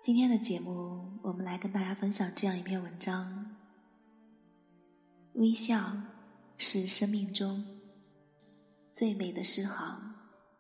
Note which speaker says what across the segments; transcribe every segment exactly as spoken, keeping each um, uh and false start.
Speaker 1: 今天的节目，我们来跟大家分享这样一篇文章：微笑是生命中最美的诗行。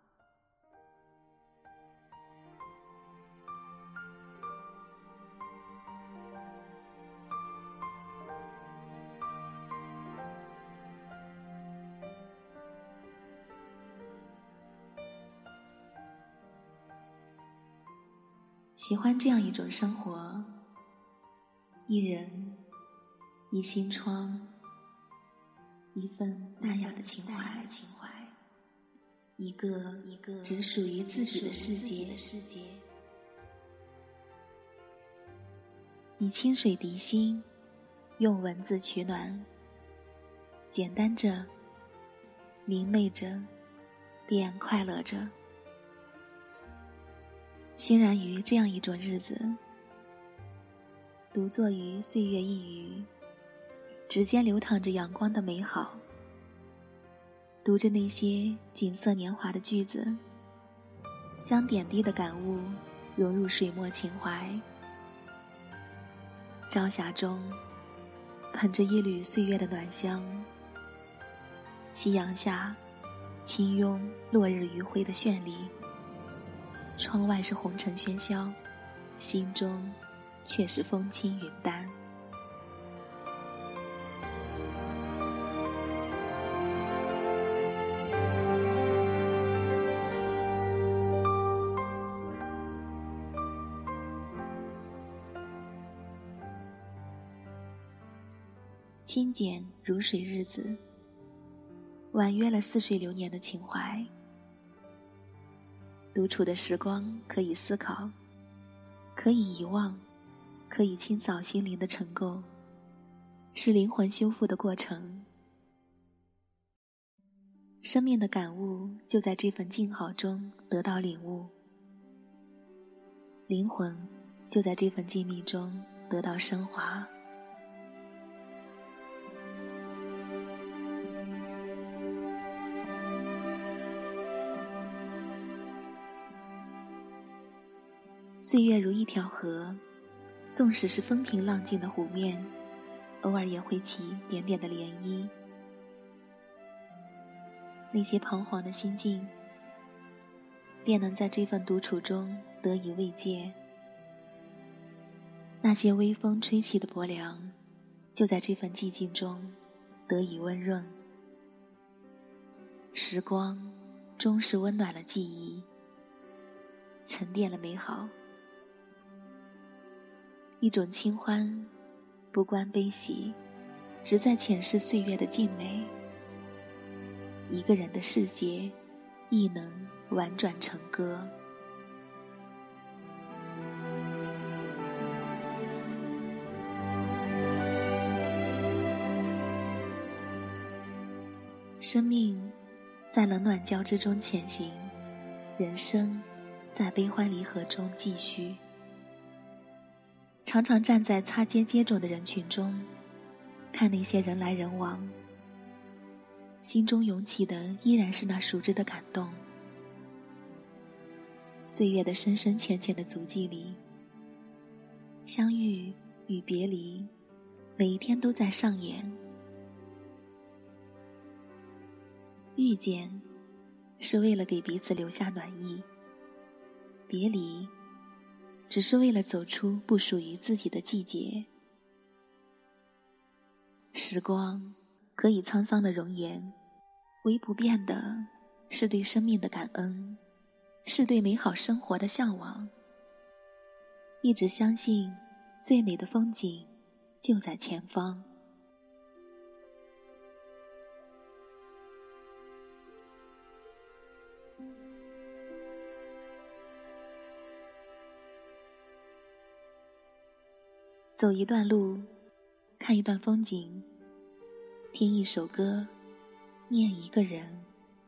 Speaker 1: 喜欢这样一种生活，一人一心窗，一份淡雅的情怀，一个一个只属于自己的世界。以清水涤心，用文字取暖，简单着，明媚着，便快乐着。欣然于这样一种日子，独坐于岁月一隅，指尖流淌着阳光的美好，读着那些锦瑟年华的句子，将点滴的感悟融入水墨情怀。朝霞中喷着一缕岁月的暖香，夕阳下轻拥落日余晖的绚丽。窗外是红尘喧嚣，心中却是风轻云淡。清简如水日子，婉约了似水流年的情怀。独处的时光可以思考，可以遗忘，可以清扫心灵的尘垢，是灵魂修复的过程。生命的感悟就在这份静好中得到领悟，灵魂就在这份静谧中得到升华。岁月如一条河，纵使是风平浪静的湖面，偶尔也会起点点的涟漪。那些彷徨的心境，便能在这份独处中得以慰藉。那些微风吹起的薄凉，就在这份寂静中得以温润。时光终是温暖了记忆，沉淀了美好。一种清欢，不关悲喜，只在浅视岁月的静美。一个人的世界，亦能婉转成歌。生命在冷暖交织中前行，人生在悲欢离合中继续。常常站在擦肩接踵的人群中，看那些人来人往，心中涌起的依然是那熟知的感动。岁月的深深浅浅的足迹里，相遇与别离，每一天都在上演。遇见是为了给彼此留下暖意，别离只是为了走出不属于自己的季节。时光可以沧桑的容颜，唯不变的是对生命的感恩，是对美好生活的向往。一直相信最美的风景就在前方。走一段路，看一段风景，听一首歌，念一个人。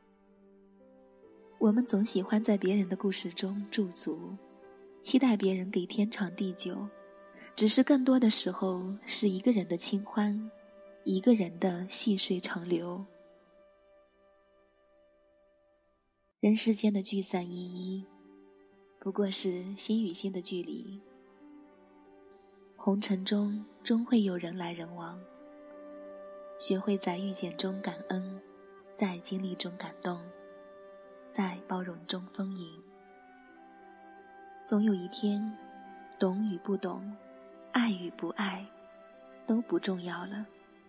Speaker 1: 我们总喜欢在别人的故事中驻足，期待别人给天长地久，只是更多的时候是一个人的清欢，一个人的细水长流。人世间的聚散依依，不过是心与心的距离， 红尘中终会有人来人往，学会在遇见中感恩，在经历中感动，在包容中丰盈。总有一天，懂与不懂，爱与不爱，都不重要了。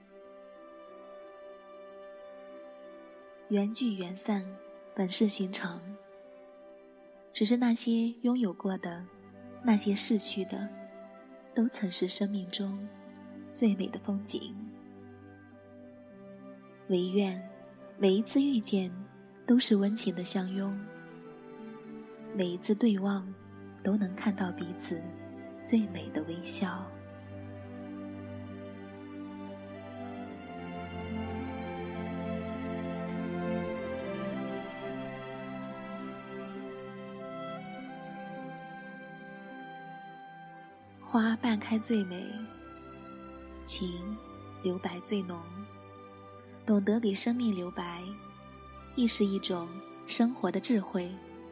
Speaker 1: 缘聚缘散，本是寻常，只是那些拥有过的，那些逝去的，都曾是生命中最美的风景。唯愿每一次遇见都是温情的相拥，每一次对望都能看到彼此最美的微笑。花半开最美，情留白最浓。懂得给生命留白，亦是一种生活的智慧。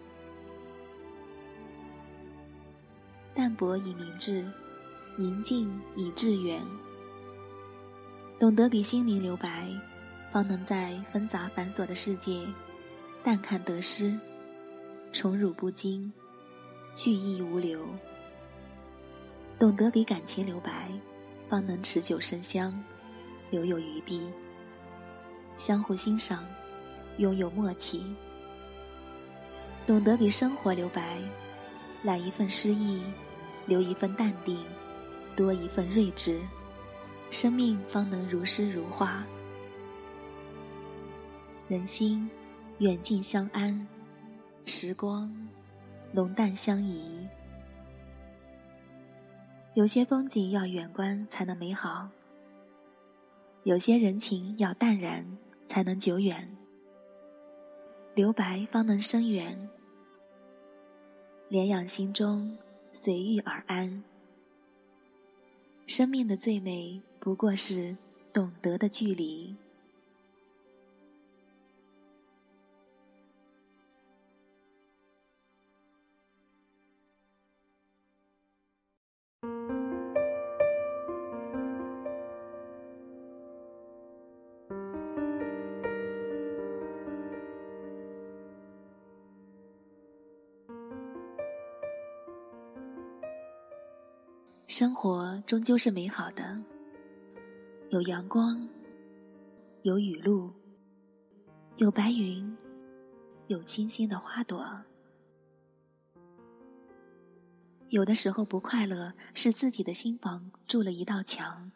Speaker 1: 淡泊以明志，宁静以致远。懂得给心灵留白，方能在纷杂繁琐的世界淡看得失，宠辱不惊，去意无留。懂得给感情留白，方能持久生香，留有余地，相互欣赏，拥有默契。懂得给生活留白，揽一份诗意，留一份淡定，多一份睿智，生命方能如诗如画。人心远近相安，时光浓淡相宜。有些风景要远观才能美好，有些人情要淡然才能久远。留白方能深远，怜养心中，随遇而安。生命的最美不过是懂得的距离。生活终究是美好的，有阳光，有雨露，有白云，有清新的花朵。有的时候不快乐，是自己的心房筑了一道墙。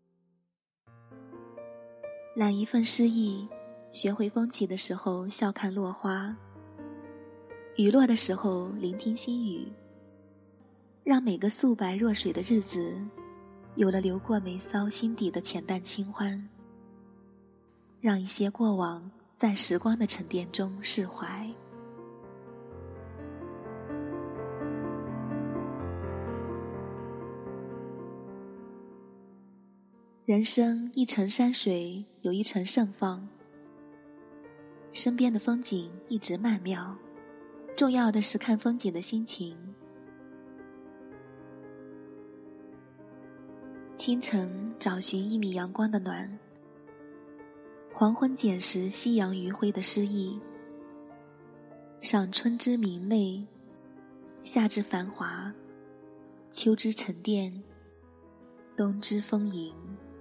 Speaker 1: 揽一份诗意，学会风起的时候笑看落花，雨落的时候聆听心语，让每个素白若水的日子有了流过眉梢心底的浅淡清欢，让一些过往在时光的沉淀中释怀。人生一程山水有一程盛放，身边的风景一直曼妙，重要的是看风景的心情。清晨找寻一米阳光的暖，黄昏捡拾夕阳余晖的诗意，赏春之明媚，夏之繁华，秋之沉淀，冬之丰盈。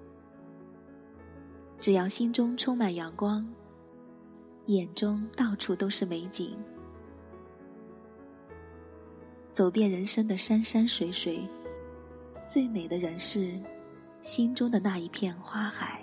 Speaker 1: 只要心中充满阳光，眼中到处都是美景。走遍人生的山山水水，最美的人是心中的那一片花海。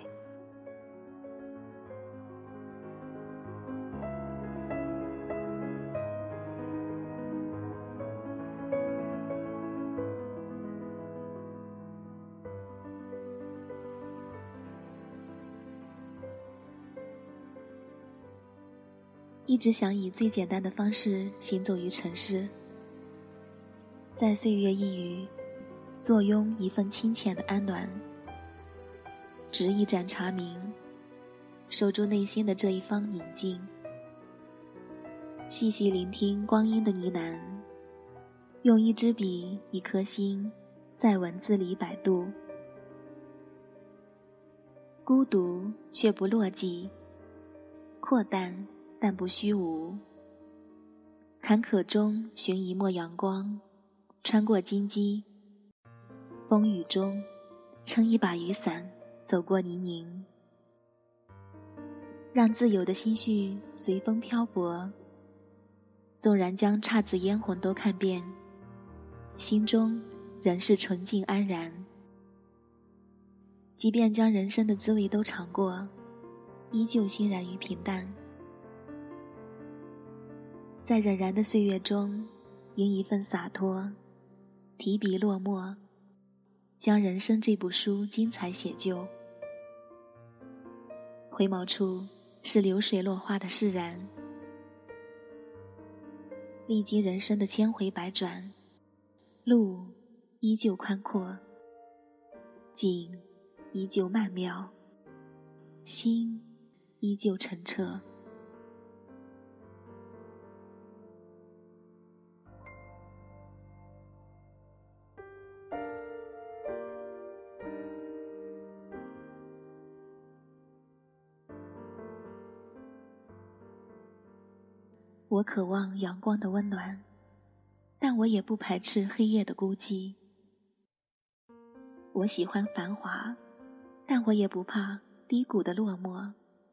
Speaker 1: 一直想以最简单的方式行走于尘世，在岁月一隅坐拥一份清浅的安暖，执一盏茶茗，守住内心的这一方宁静，细细聆听光阴的呢喃，用一支笔一颗心在文字里摆渡。孤独却不落寂，阔淡但不虚无。坎坷中寻一抹阳光，穿过荆棘，风雨中撑一把雨伞，走过泥泞，让自由的心绪随风漂泊。纵然将姹紫嫣红都看遍，心中仍是纯净安然。即便将人生的滋味都尝过，依旧欣然于平淡。在荏苒的岁月中，吟一份洒脱，提笔落墨，将人生这部书精彩写就。回眸处是流水落花的释然。历经人生的千回百转，路依旧宽阔，景依旧曼妙，心依旧澄澈。我渴望阳光的温暖，但我也不排斥黑夜的孤寂。我喜欢繁华，但我也不怕低谷的落寞。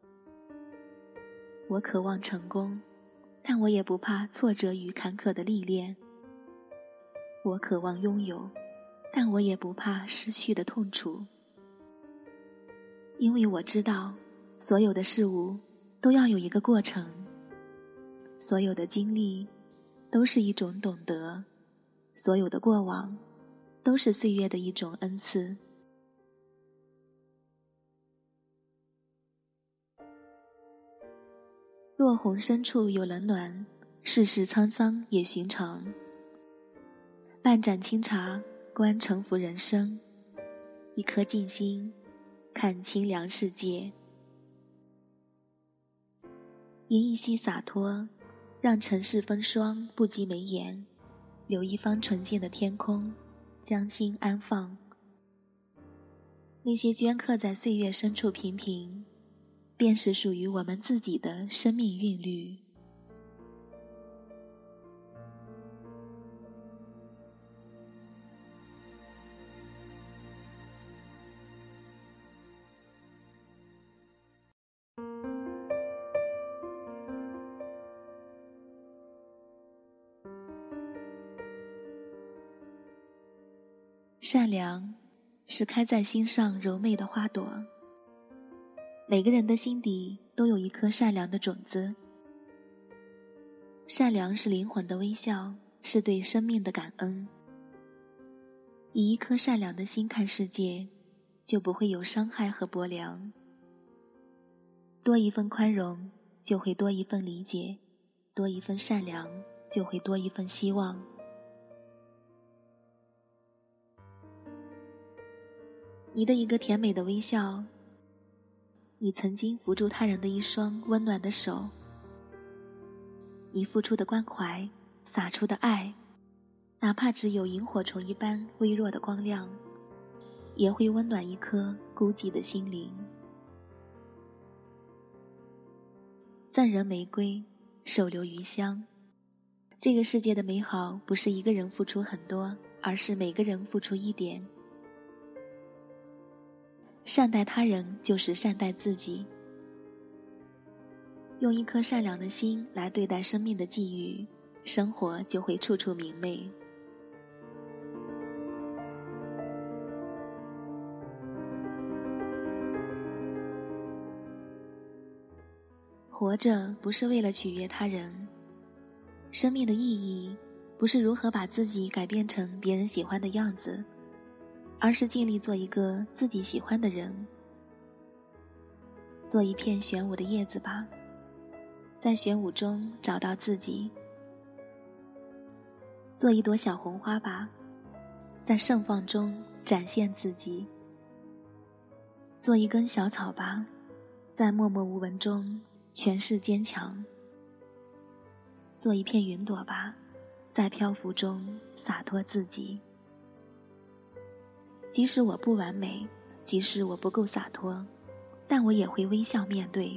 Speaker 1: 我渴望成功，但我也不怕挫折与坎坷的历练。我渴望拥有，但我也不怕失去的痛楚。因为我知道，所有的事物都要有一个过程，所有的经历都是一种懂得，所有的过往都是岁月的一种恩赐。落红深处有冷暖，世事沧桑也寻常。半盏清茶，观沉浮人生；一颗静心，看清凉世界。吟一息洒脱，让尘世风霜不及眉眼，留一方纯净的天空，将心安放。那些镌刻在岁月深处平平，便是属于我们自己的生命韵律。善良是开在心上柔媚的花朵，每个人的心底都有一颗善良的种子。善良是灵魂的微笑，是对生命的感恩。以一颗善良的心看世界，就不会有伤害和薄凉。多一份宽容，就会多一份理解；多一份善良，就会多一份希望。你的一个甜美的微笑，你曾经扶住他人的一双温暖的手，你付出的关怀，洒出的爱，哪怕只有萤火虫一般微弱的光亮，也会温暖一颗孤寂的心灵。赠人玫瑰，手留余香。这个世界的美好不是一个人付出很多，而是每个人付出一点。善待他人就是善待自己。用一颗善良的心来对待生命的际遇，生活就会处处明媚。活着不是为了取悦他人，生命的意义不是如何把自己改变成别人喜欢的样子，而是尽力做一个自己喜欢的人。做一片玄武的叶子吧，在玄武中找到自己；做一朵小红花吧，在盛放中展现自己；做一根小草吧，在默默无闻中诠释坚强；做一片云朵吧，在漂浮中洒脱自己。 即使我不完美，即使我不够洒脱，但我也会微笑面对。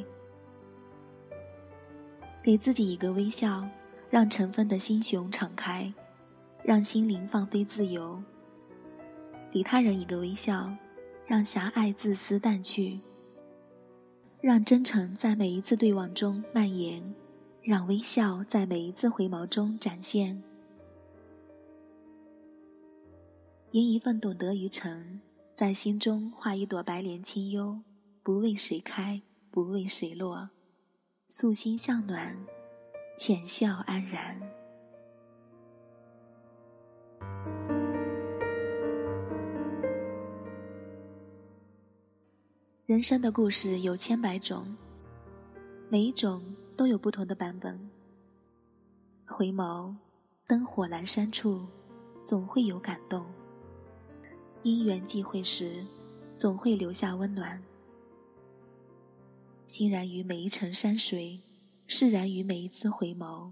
Speaker 1: 给自己一个微笑，让尘封的心胸敞开，让心灵放飞自由。给他人一个微笑，让狭隘自私淡去，让真诚在每一次对望中蔓延，让微笑在每一次回眸中展现。吟一份懂得于诚，在心中画一朵白莲清幽，不为谁开，不为谁落，素心向暖，浅笑安然。人生的故事有千百种，每一种都有不同的版本。回眸，灯火阑珊处，总会有感动。因缘际会时，总会留下温暖。欣然于每一程山水，释然于每一次回眸，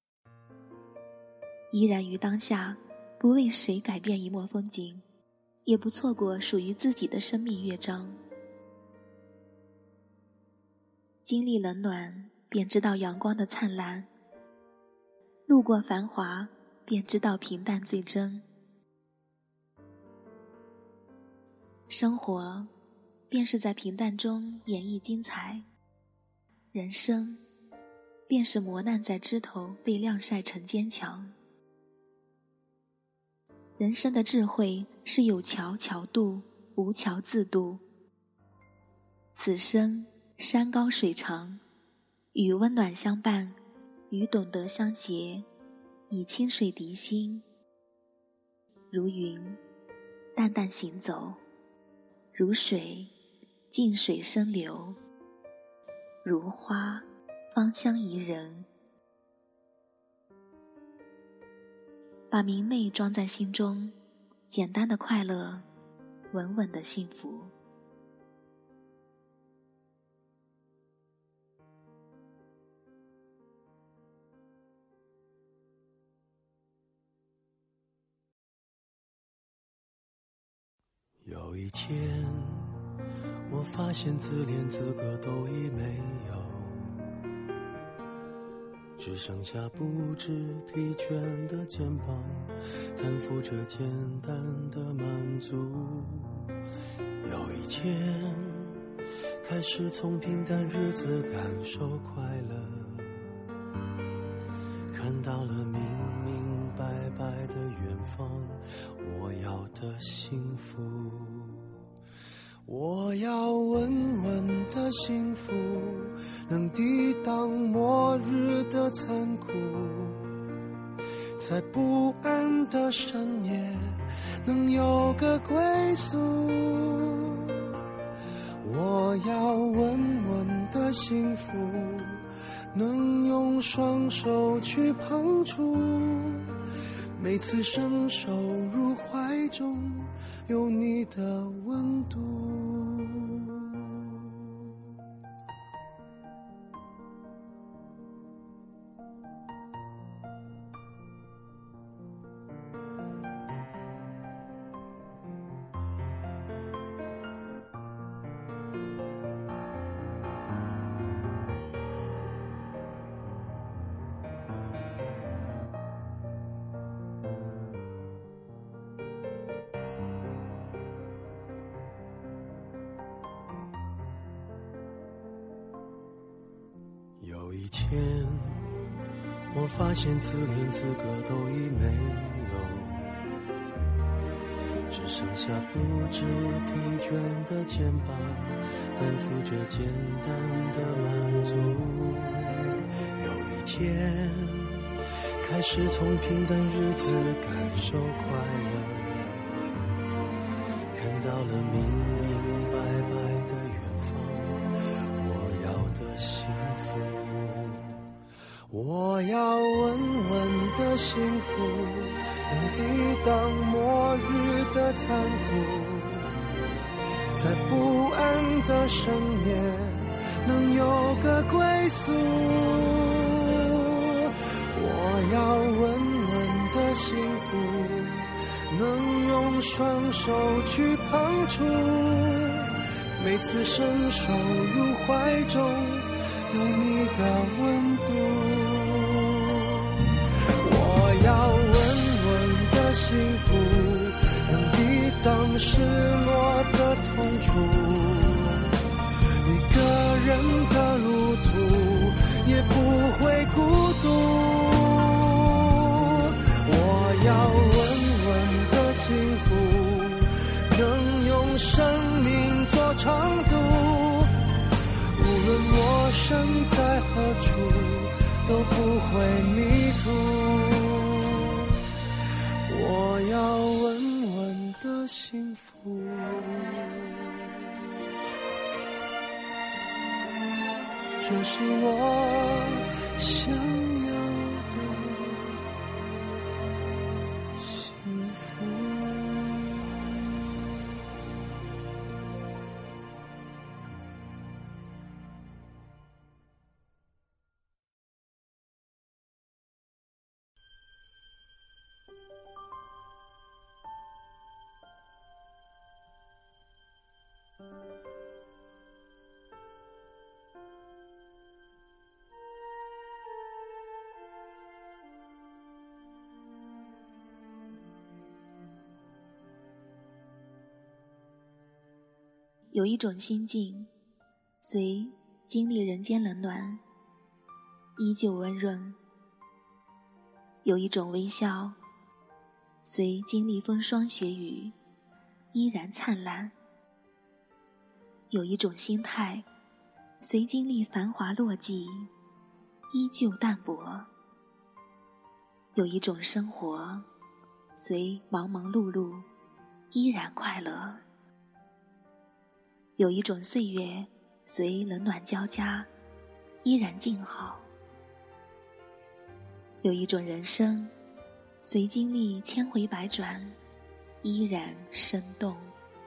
Speaker 1: 怡然于当下，不为谁改变一抹风景，也不错过属于自己的生命乐章。经历冷暖，便知道阳光的灿烂；路过繁华，便知道平淡最真。生活便是在平淡中演绎精彩，人生便是磨难在枝头被晾晒成坚强。人生的智慧是有桥桥渡，无桥自渡。此生山高水长，与温暖相伴，与懂得相携，以清水涤心。如云淡淡行走，如水静水深流，如花芳香怡人。把明媚装在心中，简单的快乐，稳稳的幸福。
Speaker 2: 有一天，我发现自怜资格都已没有，只剩下不知疲倦的肩膀，担负着简单的满足。有一天，开始从平淡日子感受快乐，看到了明明白白的远方，我要的幸福。我要稳稳的幸福，能抵挡末日的残酷，在不安的深夜能有个归宿。我要稳稳的幸福，能用双手去碰触，每次伸手入怀中有你的温度。有一天，我发现自怜资格都已没有，只剩下不知疲倦的肩膀，担负着简单的满足。有一天，开始从平淡日子感受快乐，看到了明明白白的远方，我要的幸福。我要稳稳的幸福，能抵挡末日的残酷，在不安的深夜能有个归宿。我要稳稳的幸福， 能用双手去碰触，每次伸手入怀中有你的温度。我要稳稳的幸福，能抵挡失落的痛楚，一个人的路途也不会孤独。我要稳稳的幸福，能用生命做长度，无论我身在何处都不会迷途。我要稳稳的幸福，这是我想要的幸福。
Speaker 1: 有一种心境，虽经历人间冷暖，依旧温润；有一种微笑，虽经历风霜雪雨，依然灿烂；有一种心态，虽经历繁华落寂，依旧淡泊；有一种生活，虽忙忙碌碌，依然快乐；有一种岁月，虽冷暖交加，依然静好；有一种人生，虽经历千回百转，依然生动。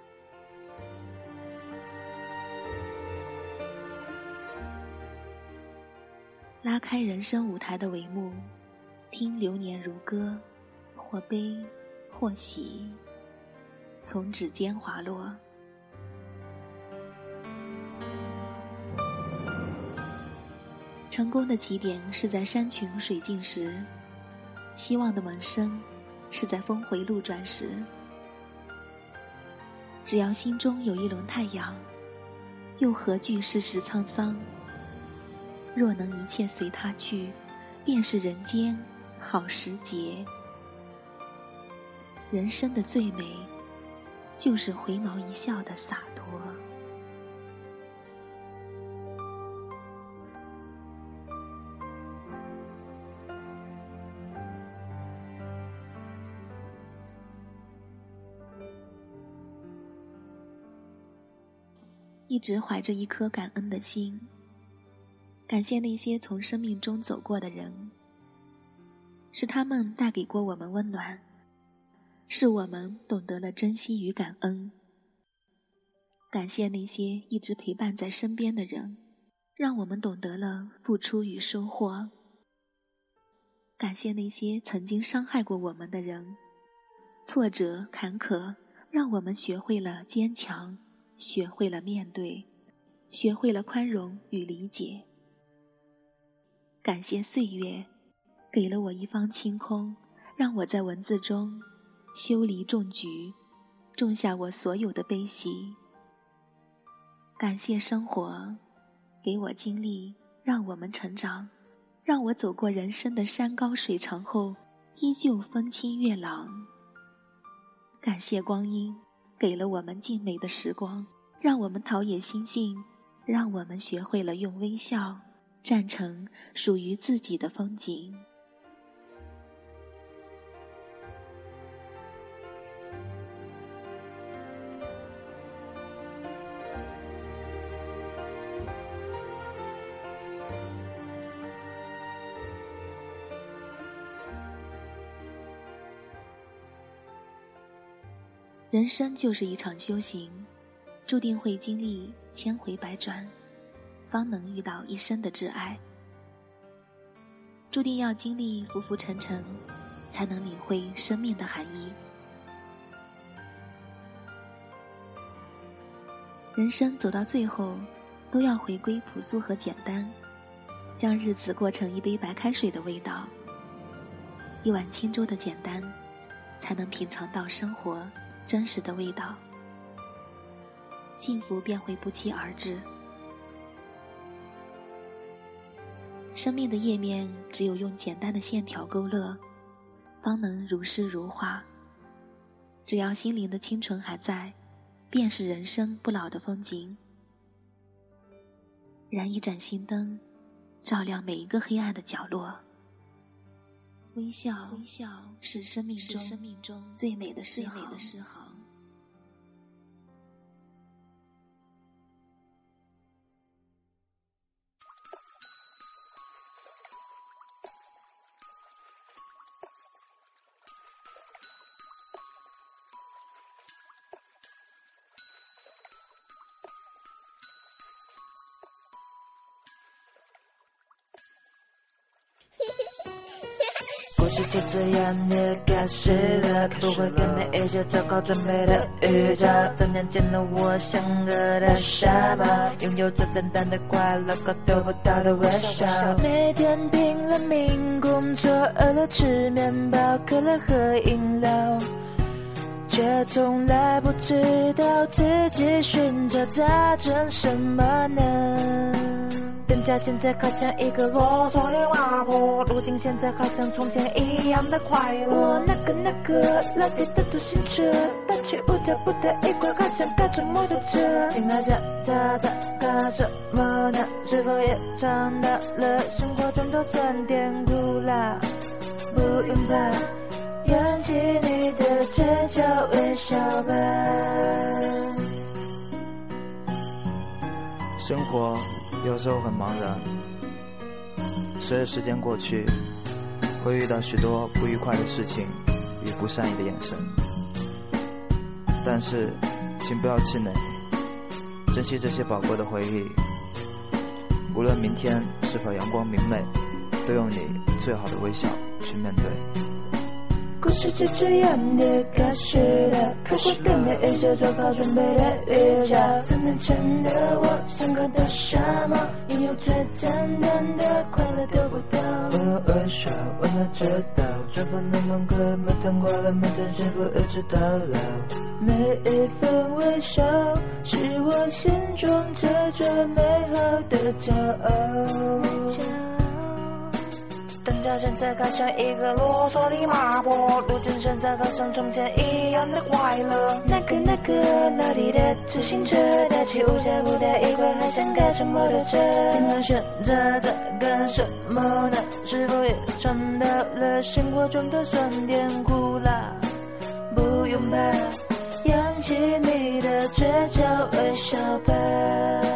Speaker 1: 拉开人生舞台的帷幕，听流年如歌，或悲或喜，从指尖滑落。成功的起点是在山穷水尽时，希望的萌生是在峰回路转时。只要心中有一轮太阳，又何惧世事沧桑？若能一切随他去，便是人间好时节。人生的最美，就是回眸一笑的洒脱。一直怀着一颗感恩的心，感谢那些从生命中走过的人，是他们带给过我们温暖，是我们懂得了珍惜与感恩。感谢那些一直陪伴在身边的人，让我们懂得了付出与收获。感谢那些曾经伤害过我们的人，挫折坎坷让我们学会了坚强，学会了面对，学会了宽容与理解。感谢岁月给了我一方清空，让我在文字中修篱种菊，种下我所有的悲喜。感谢生活给我经历，让我们成长，让我走过人生的山高水长后依旧风清月朗。感谢光阴给了我们静美的时光，让我们陶冶心性，让我们学会了用微笑站成属于自己的风景。人生就是一场修行，注定会经历千回百转，方能遇到一生的挚爱。注定要经历浮浮沉沉，才能领会生命的含义。 人生走到最后，都要回归朴素和简单，将日子过成一杯白开水的味道，一碗清粥的简单，才能品尝到生活真实的味道，幸福便会不期而至。生命的页面只有用简单的线条勾勒，方能如诗如画。只要心灵的清纯还在，便是人生不老的风景。燃一盏心灯，照亮每一个黑暗的角落。微笑，微笑是生命中生命中最美的诗行。
Speaker 3: 故事就这样的开始了，不会给你一些做好准备的预兆。三年前的我像个大傻帽，拥有最简单的快乐和得不到的微笑。每天拼了命工作，饿了吃面包，渴了喝饮料，却从来不知道自己寻找它成什么呢？等价现在好像一个啰嗦的娃娃，如今现在好像从前一样的快乐。那个那个老铁的自行车，他却不得不得一会儿好像开着摩托车。听他讲他在干什么呢？是否也尝到了生活中的酸甜苦辣？不用怕，扬起你的嘴角微笑吧。
Speaker 4: 生活有时候很茫然，随着时间过去，会遇到许多不愉快的事情与不善意的眼神，但是请不要气馁，珍惜这些宝贵的回忆。无论明天是否阳光明媚，都用你最好的微笑去面对。
Speaker 3: 故事就这样的开始了，不会给你一些做好准备的预兆。三年前的我像个大傻帽，拥有最简单的快乐得不到。我微笑，我哪知道，这份那么快，每天快乐，每天幸福，一直到老。每一份微笑，是我心中最最美好的骄傲。等价现在好像一个啰嗦的麻婆，如今现在好像从前一样的快乐。那个那个老弟的自行车，他却无家不带一会还想开着摩托车。听他选择在干什么呢？是否也尝到了生活中的酸甜苦辣？不用怕，扬起你的嘴角微笑吧。